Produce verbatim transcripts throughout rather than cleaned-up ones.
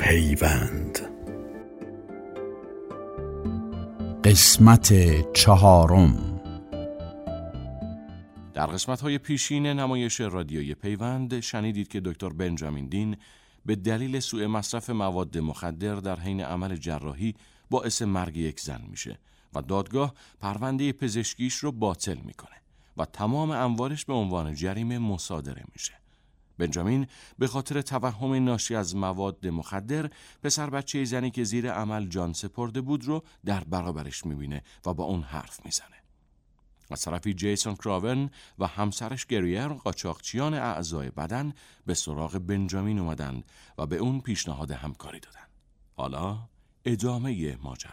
پیوند. قسمت چهارم. در قسمت‌های پیشین نمایش رادیویی پیوند شنیدید که دکتر بنجامین دین به دلیل سوء مصرف مواد مخدر در حین عمل جراحی باعث مرگ یک زن میشه و دادگاه پرونده پزشکیش رو باطل میکنه و تمام اموالش به عنوان جریمه مصادره میشه. بنجامین به خاطر توهم ناشی از مواد مخدر پسر بچه زنی که زیر عمل جان سپرده بود رو در برابرش میبینه و با اون حرف میزنه. از طرفی جیسون کراون و همسرش گریر قاچاقچیان اعضای بدن به سراغ بنجامین اومدن و به اون پیشنهاد همکاری دادن. حالا ادامه ماجرا.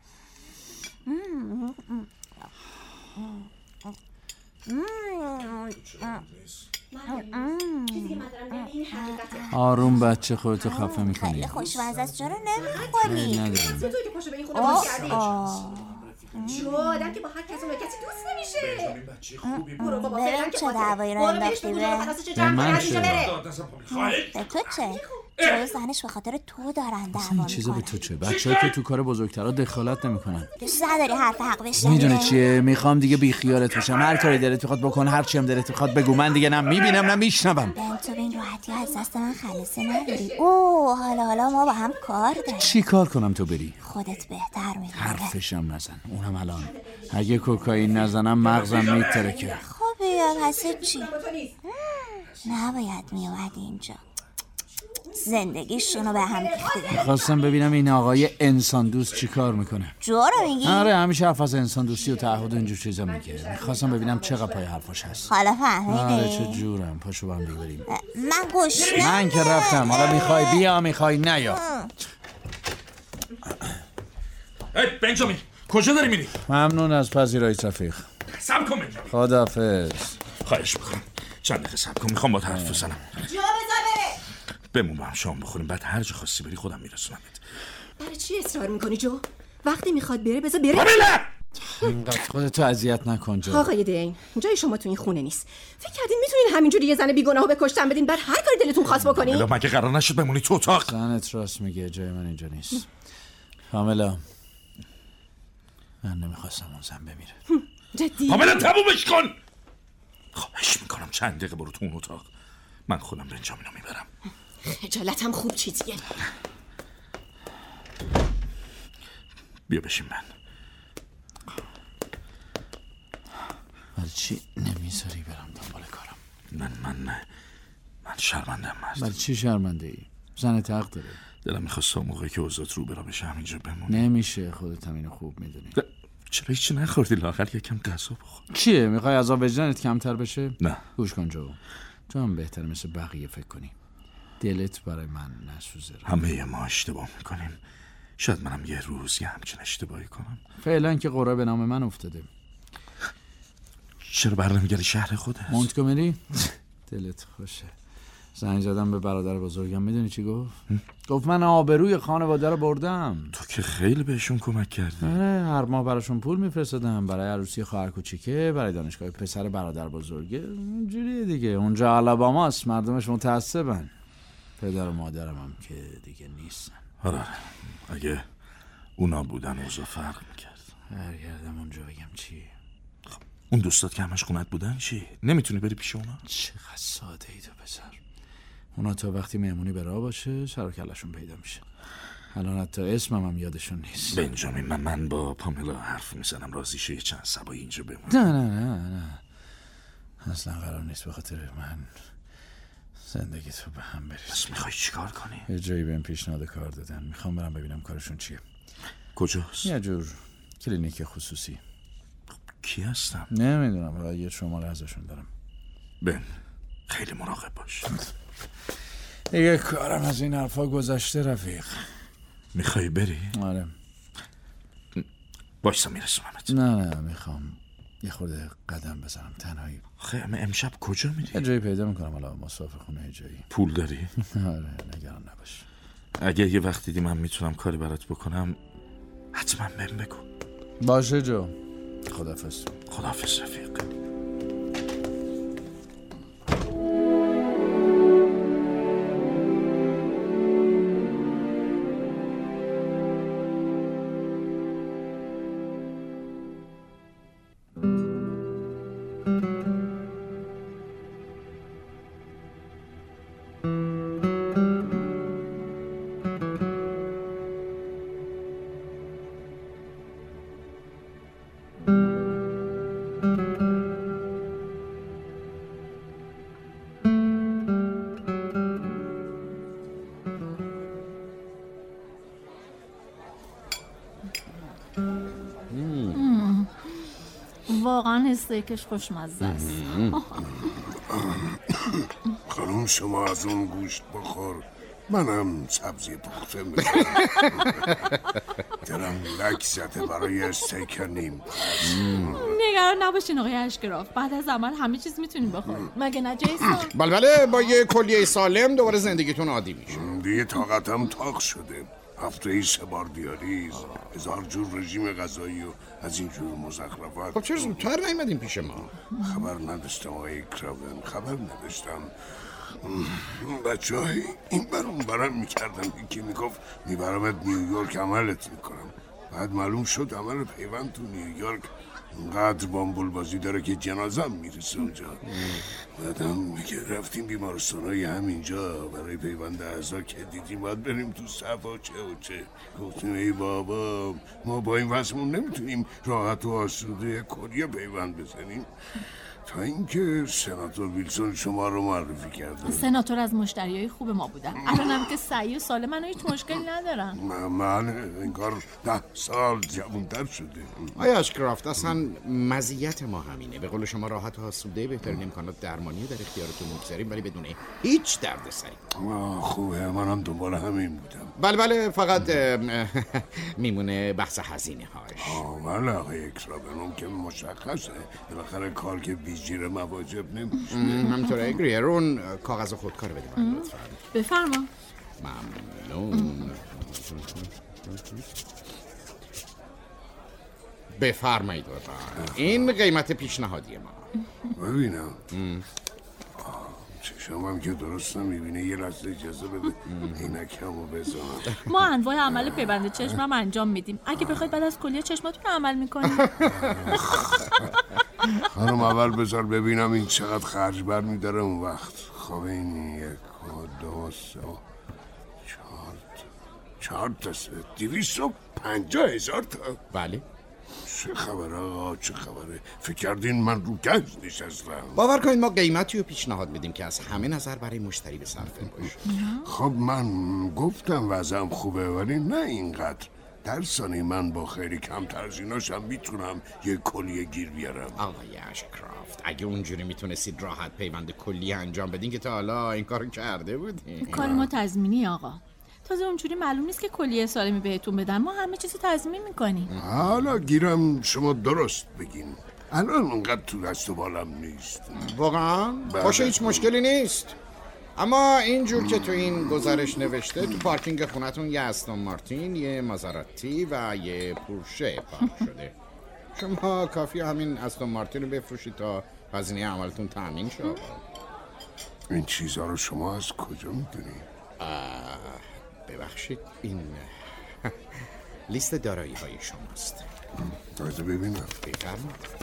آروم بچه، خودتو خفه میکنی. خیلی خوشمزه است، چرا نمیخوری؟ نداریم. تو که پاشو به این خونه باز کردی. جو آدم که با هر کس اون کسی دوست نمیشه. بنجامین بچه خوبی بود. برو بابا برم فعلا که چه دعوایی رو انداختی به؟ به من چه؟ به تو چه؟ چرا زنش به خاطر تو دارن دعوا این چیزا به میکنن؟ تو چه؟ بچه ها که تو کار بزرگترها دخالت نمیکنن. دوست نداری حرف حق بشنوی؟ میدونی چیه؟ میخوام دیگه بی خیالت بشم. هر کاری دلت میخواد بکن، هر چی هم دلت میخواد بگو. من دیگه نه میبینم نه میشنوم. بن تو به این راحتی از دست من خلاصی نداری. اوه حالا حالا ما با هم کار داریم. چی کار کنم تو بری؟ خودت بهتر میدونی. حرفشم نزن. اونم الان اگه کوکائین نزنم مغزم میترکه. خب بیا پس چی؟ نباید میومدی اینجا. زندگیشونو به هم ریخته. خواستم ببینم این آقای انسان دوست چی کار میکنه. جو رو میگی؟ آره همیشه حرف از انسان دوستی و تعهد و اینجور چیزا میگه. خواستم ببینم چقدر پای حرفاش هست. حالا آره فهمیدی؟ چه جورم. پاشو با هم دیگه بریم. من گوش من که رفتم. حالا میخوای بیا میخوای نیا. ای بنجامین کجا داری میری؟ ممنون از پذیرایی رفیق. صبر کن بنجامین. خداحافظ. خواهش میکنم چند دقیقه صبر کن، میخوام با حرف بزنم. جو بذار بره. بمون با هم شام بخوریم، بعد هر جا خواستی بری خودم میرسونمت. برای چی اصرار میکنی جو؟ وقتی میخواد بره بذار بره. بله. اینقدر خودتو اذیت نکن جو. آقای دین جای شما تو این خونه نیست. فکر کردین میتونین همینجوری یه زن بیگناهو بکشتن بدین بعد هر کاری دلتون خواست بکنین؟ الا مگه قرار نشد بمونی تو اتاق؟ زنت راست میگه، جای من اینجا نیست. پاملا من نمیخواستم اون زن بمیره. جدی؟ پاملا تمومش کن. خواهش میکنم چند دقیقه برو تو اون اتاق. من خودم بنجامینو میبرم. خجالتم خوب چیزیه. بیا بشین. من ولی چی نمیذاری برم دنبال کارم؟ من من نه من شرمندم مرد. ولی چی شرمنده ای؟ زنت حق داره. دلم میخواست تا موقعی که اوضاعت رو برا بشه همینجا بمونی. نمیشه، خودت هم اینو خوب میدونی. چرا هیچی نخوردی؟ لااقل یکم غذا بخور. چیه؟ میخوای عذاب وجدانت کمتر بشه؟ نه گوش کن جو، تو هم بهتره مثل بقیه فکر کنی. دلت برای من نسوزه. همه ما اشتباه میکنیم. شاید منم یه روز یه همچین اشتباهی کنم. فعلا که قرعه به نام من افتاده. چرا بر نمیگردی شهر خودت؟ مونتگومری؟ دلت خوشه. زنگ زدم به برادر بزرگم، میدونی چی گفت؟ گفت من آبروی خانواده رو بردم. تو که خیلی بهشون کمک کردی. آره هر ماه براشون پول میفرستادم برای عروسی خواهر کوچیکه، برای دانشگاه پسر برادر بزرگه. اینجوریه دیگه. اونجا آلاباماست، مردمش متعصبن. پدر و مادرم هم که دیگه نیستن. آره اگه اونا بودن اوضاع فرق میکرد. برگردم اونجا بگم چی؟ خب اون دوستات که همش خونت بودن چی؟ نمیتونی بری پیش اونا؟ چقدر ساده ای تو پسر. اونا تا وقتی مهمونی به راه باشه سر و کلشون پیدا میشه. الان حتی اسمم هم یادشون نیست. بنجامین من من با پاملا حرف میزنم راضی شه یه چند سبایی اینجا بمون. نه نه نه نه اصلا قرار نیست به خاطر من زندگی تو به هم بریز. بس میخوای چیکار کنی؟ یه جایی بهم پیشنهاد کار دادن، میخوام برم ببینم کارشون چیه. کجاست؟ یه جور کلینیک خصوصی. کی هستم؟ نمیدونم، فقط یه شماره ازشون دارم. بن خیلی مراقب باش. دیگه کارم از این حرفا گذشته رفیق. میخوای بری؟ آره. باشم میرسونمت. نه نه میخوام یه خورده قدم بزنم تنهایی. خیلی امشب کجا میری؟ یه جایی پیدا میکنم حالا مسافر خونه جایی. پول داری؟ آره نگران نباش. اگه یه وقت دیدی من میتونم کاری برات بکنم حتما بهم بگو. باشه جو. خداحافظ. خداحافظ رفیق. واقعا استیکش خوشمزه است. خانم شما از اون گوشت بخور، منم سبزی پخته میکنم. دلم لک زده برای استیک نیم. نگران نباشین آقای اشکراف، بعد از عمل همه چیز میتونیم بخوریم، مگه نه جیسون؟ بله با یه کلیه سالم دوباره زندگیتون عادی میشه. دیگه طاقتم تاق شده. هفته ای سه بار دیالیز، هزار جور رژیم غذایی و از این جور مزخرفات. خب چرا زودتر نیومدین پیش ما؟ خبر نداشتم آقای کراون، خبر نداشتم. بچه های این بر اون برم میکردم، یکی میگفت میبرمت نیویورک عملت میکنم. بعد معلوم شد عمل پیوند تو نیویورک اونقدر بامبول بازی داره که جنازم میرسه اونجا. بعدم میگه رفتیم بیمارستان های همینجا برای پیوند اعضا که دیدیم باید بریم تو صف و چه و چه. گفتیم ای بابا ما با این وضعمون نمیتونیم راحت و آسوده کلیه پیوند بزنیم، تا اینکه سناتور ویلسون شما رو معرفی کرده. سناتور از مشتریای خوب ما بودن، الانم که سعی و سالم، من هیچ مشکلی ندارم. من انگار ده سال جوان‌تر شده. آیا اشکرافت اصلا مزیت ما همینه، به قول شما راحت و آسوده، بهترین امکانات درمانی در اختیارتون میگذاریم ولی بدون هیچ درد سری. خوبه، منم دنبال همین بودم. بله بله فقط میمونه بحث هزینه هاش. بله آقای اکرابنوم که مشخصه، بالاخره کار که بیجیر مواجب نمیشه. همینطوره اگریر. اون کاغذ خودکار بده من لطفا. بفرما. ممنون. بفرمایید لطفا. این قیمت پیشنهادی ما. ببینم چشم هم که درست نمیبینه، یه لحظه اجازه بده عینکمو بزنم. ما انواع عمل پیوند چشم هم انجام میدیم، اگه بخواید بعد از کلیه چشماتون عمل میکنیم. خانم اول بذار ببینم این چقدر خرج بر میداره اون وقت. خب این یک و دو سه و چهار چهار تا سه دویست و پنجاه هزار تا. بله چه خبره آقا، چه خبره؟ فکر کردین من رو گنج نشستم؟ باور کنید ما قیمتی رو پیشنهاد میدیم که از همه نظر برای مشتری به صرفه باشه. خب من گفتم وضعم خوبه ولی نه اینقدر. در ثانی من با خیلی کم ترزیناشم میتونم یه کلیه گیر بیارم. آقای اشکرافت اگه اونجوری میتونستید راحت پیوند کلیه انجام بدین که تا حالا این کارو کرده بودین. کار ما تضمینی آقا، تازه اونجوری معلوم نیست که کلیه سالمی بهتون بدن، ما همه چیزو تضمین میکنیم. حالا گیرم شما درست بگین، الان اونقدر تو دست و بالم نیست. واقعا؟ باشه هیچ مشکلی نیست، اما اینجور که تو این گزارش نوشته تو پارکینگ خونتون یه استون مارتین، یه مازراتی و یه پورشه پارک شده. شما کافی همین استون مارتین رو بفروشید تا هزینه عملتون تامین شه. این چیزها رو شما از کجا میدونی؟ ببخشید این لیست دارایی های شماست. باید ببینم. بفرمایید.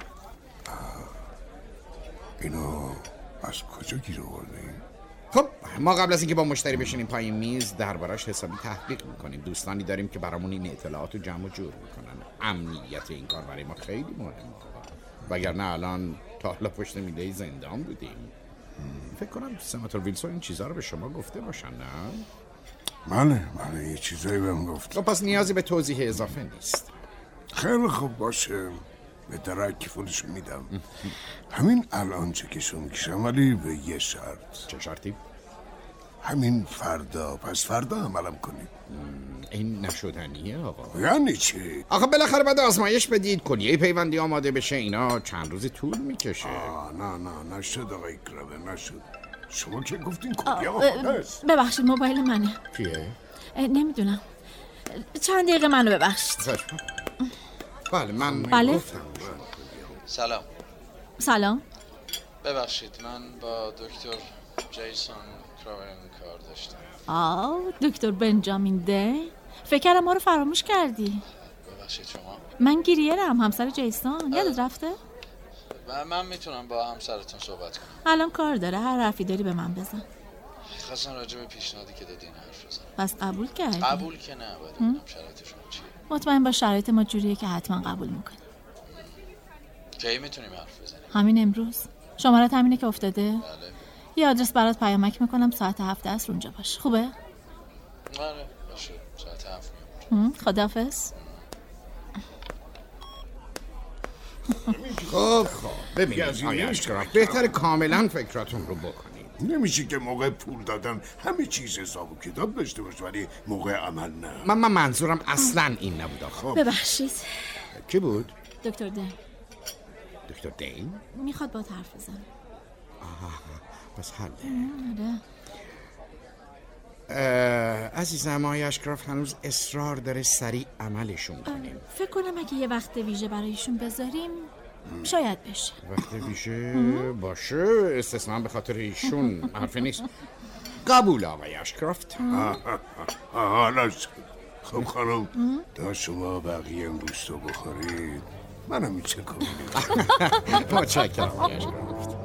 اینو از کجا گیر آوردین؟ خب ما قبل از اینکه با مشتری بشینیم پایین میز دربارش حسابی تحقیق میکنیم. دوستانی داریم که برامون این اطلاعات رو جمع و جور میکنن. امنیت این کار برای ما خیلی مهمه، وگرنه الان تا حالا پشت میله زندان بودیم. فکر کنم سناتور ویلسون این چیزها رو به شما گفته باشن، نه؟ بله بله یه چیزایی بهم گفت. خب پس نیازی به توضیح اضافه نیست. خیلی خوب باشه، به درک فولشو میدم. همین الان چکشو میکشم ولی به یه شرط. چه شرطی؟ همین فردا، پس فردا عملم کنید. این نشدنیه آقا. یعنی چی؟ آخه بالاخره بعد آزمایش بدید، کلیه پیوندی آماده بشه، اینا چند روزی طول میکشه. آه نه نه نشد آقای کراون، نشد. شما که گفتین کلیه آماده است. ببخشید موبایل منه. کیه؟ نمیدونم، چند دقیقه منو ببخشید. بله من بله؟ گفتم. سلام. سلام. ببخشید من با دکتر جیسون کراون کار داشتم. آه دکتر بنجامین دی؟ فکر کردم ما رو فراموش کردی. ببخشید شما؟ من گریرم، همسر جیسون. یادت رفته؟ من میتونم با همسرتون صحبت کنم. الان کار داره، هر حرفی داری به من بزن. خواستم راجع به پیشنهادی که دادین حرف بزنم. پس قبول کردی؟ قبول که نه، باید ببینم شرایط شما چیه. مطمئن باش شرایط ما جوریه که حتما قبول میکنی. کی میتونیم حرف بزنیم؟ همین امروز. شمارت همینه که افتاده؟ بله. یه آدرس برات پیامک میکنم، ساعت هفت عصر اونجا باش. خوبه؟ آره باشه، ساعت هفت میام. خداحافظ. خب خب ببینید آقای اشکراف بهتر کاملا فکراتون رو بکنید. نمیشه که موقع پول دادن همه چیز حساب و کتاب داشته باشه ولی موقع عمل نه. من من منظورم اصلا این نبود. خب ببخشید. کی بود؟ دکتر دین. دکتر دین؟ میخواد با حرف بزنه. آها پس حله. آره. عزیزم آقای اشکراف هنوز اصرار داره سریع عملشون کنیم. فکر کنم اگه یه وقت ویژه برایشون بذاریم شاید بشه. وقت ویژه باشه، استثنا به خاطر ایشون حرفی نیست. قبول آقای اشکرافت. حالا خب خانم تا شما بقیه امروز رو بخورید منم میچه کنم. متشکرم آقای اشکرافت.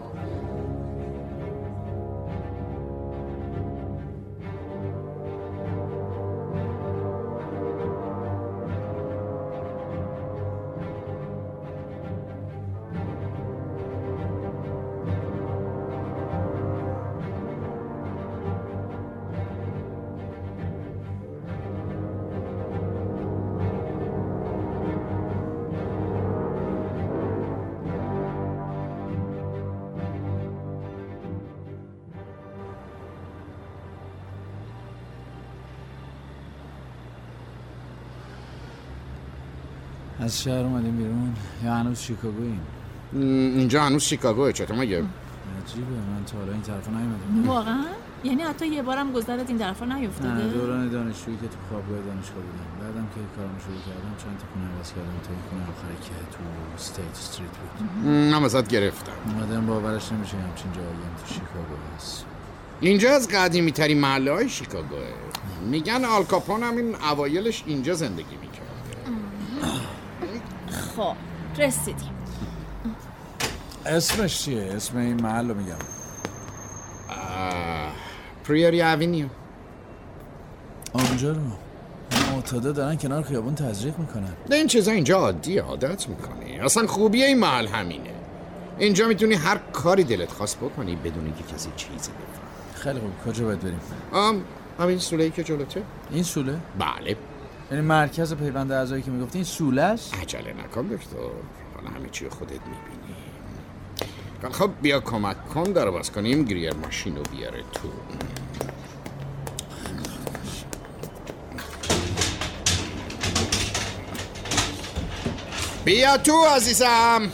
از شهر اومدیم بیرون یا هنوز شیکاگوییم؟ اینجا هنوز شیکاگوه. چطور مگه؟ عجیبه، من تا حالا این طرفا نیومدم. واقعا؟ یعنی حتی یه بارم گذرت این طرفا نیفتاده؟ نه، دوران دانشجویی که تو خوابگاه دانشگاه بودم. بعدم که کارم شروع کردم چند تا خونه عوض کردم تا این خونه آخری که تو استیت استریت بود. من ازت گرفتم. آدم باورش نمیشه همچین جایی هم تو شیکاگو هست. اینجا از قدیمی ترین محله های شیکاگوه. میگن آل کاپون هم این اوایلش اینجا زندگی میکرده. خب رسیدیم. اسمش چیه؟ اسم این محل رو میگم. پریوری اوینیو. آنجا رو معتادا دارن کنار خیابون تزریق میکنن. نه این چیزا اینجا عادیه، عادت میکنی. اصلا خوبیه این محل همینه. اینجا میتونی هر کاری دلت خواست بکنی بدون اینکه کسی چیزی بفهمه. خیلی خوب، کجا باید بریم؟ آم همین سوله‌ای که جلوته. این سوله؟ بله. یعنی مرکز پیوند اعضایی که میگفتی این سوله است؟ عجله نکن دکتر، حالا همه چی خودت میبینی. خب بیا کمک کن در باز کنیم گریر ماشین رو بیاره تو. بیا تو عزیزم.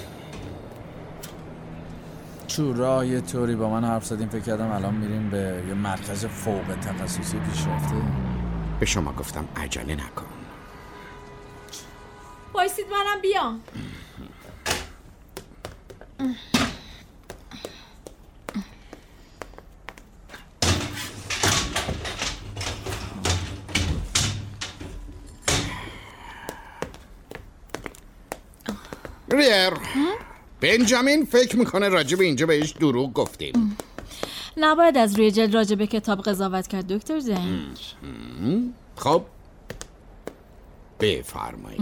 تو راه یه طوری با من حرف زدیم فکر کردم الان میریم به یه مرکز فوق تخصصی پیشرفته. به شما گفتم عجله نکن. بایستید منم بیام. ریر بنجامین فکر میکنه راجب اینجا بهش دروغ گفتیم. نباید از روی جلد راجب کتاب قضاوت کرد دکتر زنگ. خب بفرمایید.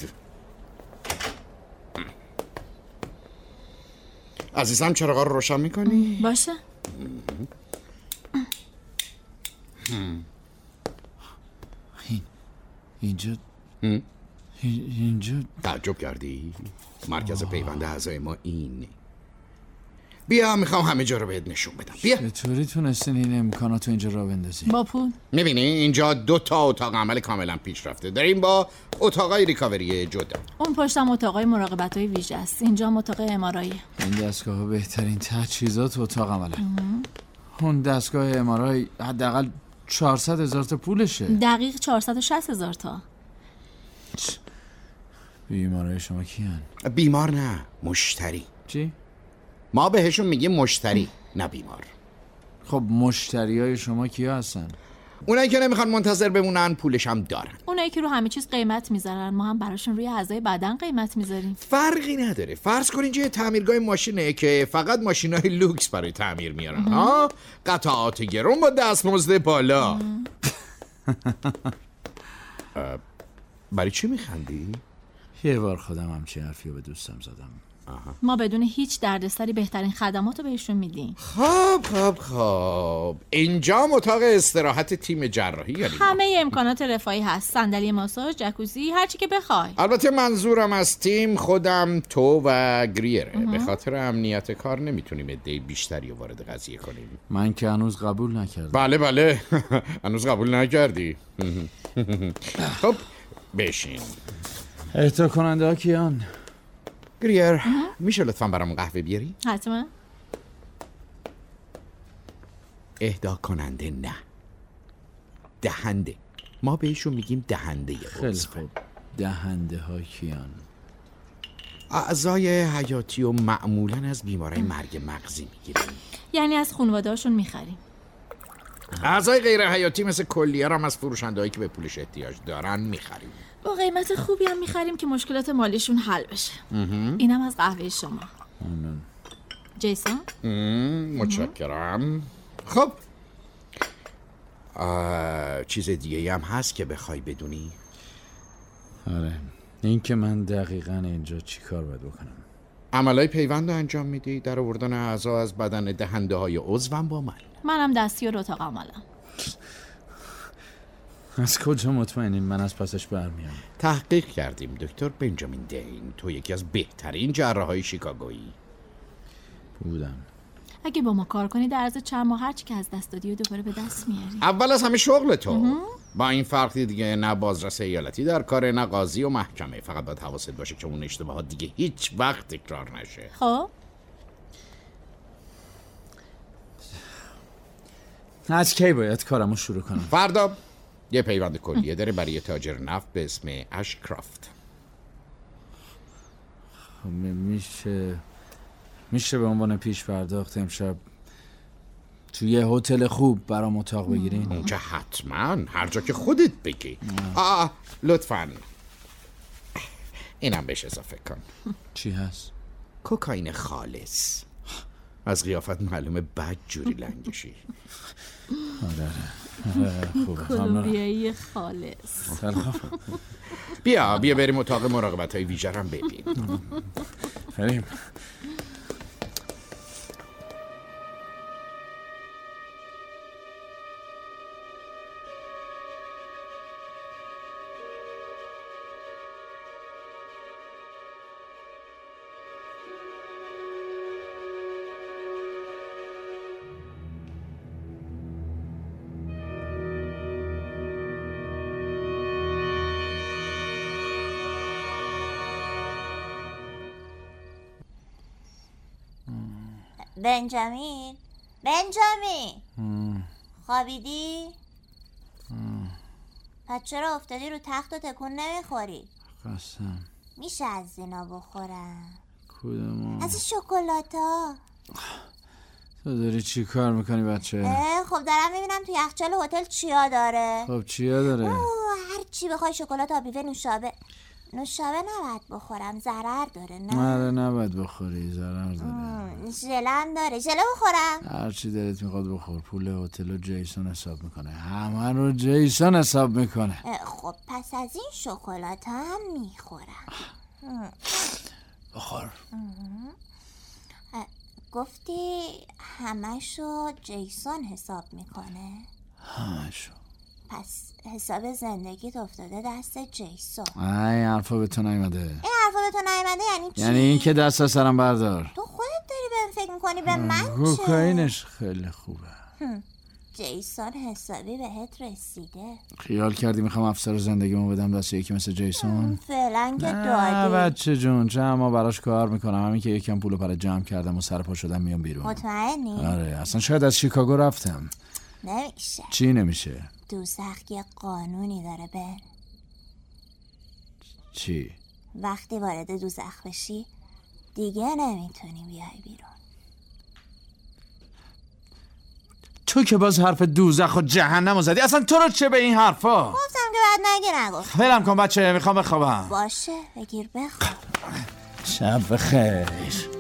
عزیزم چراغا رو روشن میکنی؟ باشه. این اینجا اینجا تعجب کردی؟ مرکز پیوند اعضای ما این. بیا میخوام همه جا رو بهت نشون بدم. بیا. چطوری تونستین این امکانات رو اینجا را بندازین؟ با پول. میبینی اینجا دو تا اتاق عمل کاملا پیشرفته داریم با اتاقای ریکاوری جدا. اون پشتم اتاقای مراقبت‌های ویژه است. اینجا اتاق ام‌آرآی. این دستگاه ترین تجهیزات اتاق عمله. اون دستگاه ام‌آرآی حداقل چهارصد هزار تا پولشه. دقیق چهارصد و شصت هزار تا. بیمارای شما کیان؟ بیمار نه، مشتری. چی؟ ما بهشون میگیم مشتری نه بیمار. خب مشتری های شما کیا هستن؟ اونایی که نمیخوان منتظر بمونن پولش هم دارن. اونایی که رو همه چیز قیمت میذارن، ما هم براشون روی اعضای بدن قیمت میذاریم. فرقی نداره. فرض کن اینجا تعمیرگاه ماشینه که فقط ماشینای لوکس برای تعمیر میارن. ها؟ قطعات گرون با دستمزد بالا. برای چی میخندی؟ یه بار خودم همچین حرفی رو به دوستم زدم. ما بدون هیچ دردسری بهترین خدمات رو بهشون میدیم. خب خب خب اینجا اتاق استراحت تیم جراحی یعنی همه امکانات رفاهی هست، صندلی ماساژ، جکوزی، هر چی که بخوای. البته منظورم از تیم خودم، تو و گریره. به خاطر امنیت کار نمیتونیم عده بیشتری وارد قضیه کنیم. من که هنوز قبول نکردم. بله بله هنوز قبول نکردی. خب بشین. اهدا کننده ها کیان؟ گریر میشه لطفا برامون قهوه بیاری؟ حتما. اهدا کننده نه، دهنده. ما بهشون میگیم دهنده. خیلی خوب. دهنده ها کیان؟ اعضای حیاتی و معمولا از بیمارای مرگ مغزی میگیریم. یعنی از خانواده هاشون میخریم. اعضای غیر حیاتی مثل کلیه هم از فروشنده هایی که به پولش احتیاج دارن میخریم. با قیمت خوبی هم میخریم که مشکلات مالیشون حل بشه. اینم از قهوه شما. ممنون. جیسون؟ متشکرم. خب چیز دیگه هم هست که بخوای بدونی؟ آره، این که من دقیقاً اینجا چی کار باید بکنم؟ عملای پیوند انجام میدی، در آوردن اعضا از بدن دهنده های عضوم با من. منم دستیار اتاق عملم. از کجا مطمئنین من از پسش برمیام؟ تحقیق کردیم دکتر بنجامین دین، تو یکی از بهترین جراحای شیکاگویی بودم. اگه با ما کار کنی در عرض چند ماه هرچی که از دست دادی و دوباره به دست میاری. اول از همه شغل تو. با این فرق دیگه نه بازرس ایالتی در کار، نه قاضی و محکمه. فقط باید حواست باشه که اون اشتباهات دیگه هیچ وقت تکرار نشه. خب از کی باید کارمو شروع کنم؟ فردا. یه پیوند کلیه داره برای تاجر نفت به اسم اشکرافت. میشه میشه به عنوان پیش پرداخت امشب توی یه هتل خوب برام اتاق بگیرین؟ اونجا حتما، هر جا که خودت بگی. آه لطفاً اینم بهش اضافه کن. چی هست؟ کوکائین خالص. از قیافت معلومه بد جوری لنگشی. آره آره خوبه. کلمبیایی خالص. بیا بیا بریم اتاق مراقبت های ویژه هم ببین. بریم. بنجامین بنجامین خوابیدی؟ پس چرا افتادی رو تخت و تکون نمیخوری؟ قسم میشه از اینا بخورم؟ کدوم؟ از این شکلاتا. تو داری چی کار میکنی بچه؟ خب دارم میبینم تو یخچال هتل چیا داره. خب چیا داره؟ اوه هر چی بخوای، شکلات، آبیوه، نوشابه. نوشابه نباید بخورم، ضرر داره. نه آره نباید بخوری، ضرر داره. ژله هم داره، ژله بخورم؟ هر چی دلت میخواد بخور. پول هتل رو جیسون حساب میکنه، همه رو جیسون حساب میکنه. خب پس از این شکلات هم میخورم. بخور. گفتی همشو جیسون حساب میکنه؟ همشو. پس حساب زندگیت افتاده دست جیسون. ای حرفا به تو نیومده. این حرفا به تو نیومده یعنی چی؟ یعنی این که دست از سرم بردار. تو خودت داری بهم فکر میکنی، به من چه؟ کوکائینش خیلی خوبه. جیسون حسابی بهت رسیده. خیال کردی میخوام افسر زندگیمو بدم دست یکی مثل جیسون؟ فعلا که نه دادی. بچه جون، چه اما براش کار میکنم. همین که یکم پولو برای جمع کردم و سر پا شدم میام بیرون. مطمئنی؟ آره اصلا شاید از شیکاگو رفتم. نمیشه. چی نمیشه؟ دوزخ یه قانونی داره بن. چی؟ وقتی وارد دوزخ بشی دیگه نمیتونی بیای بیرون. تو که باز حرف دوزخ و جهنم زدی. اصلا تو رو چه به این حرفا؟ گفتم که بعد نگی نگفت. فلم کن بچه، میخوام بخوابم. باشه بگیر بخواب. شب بخیر.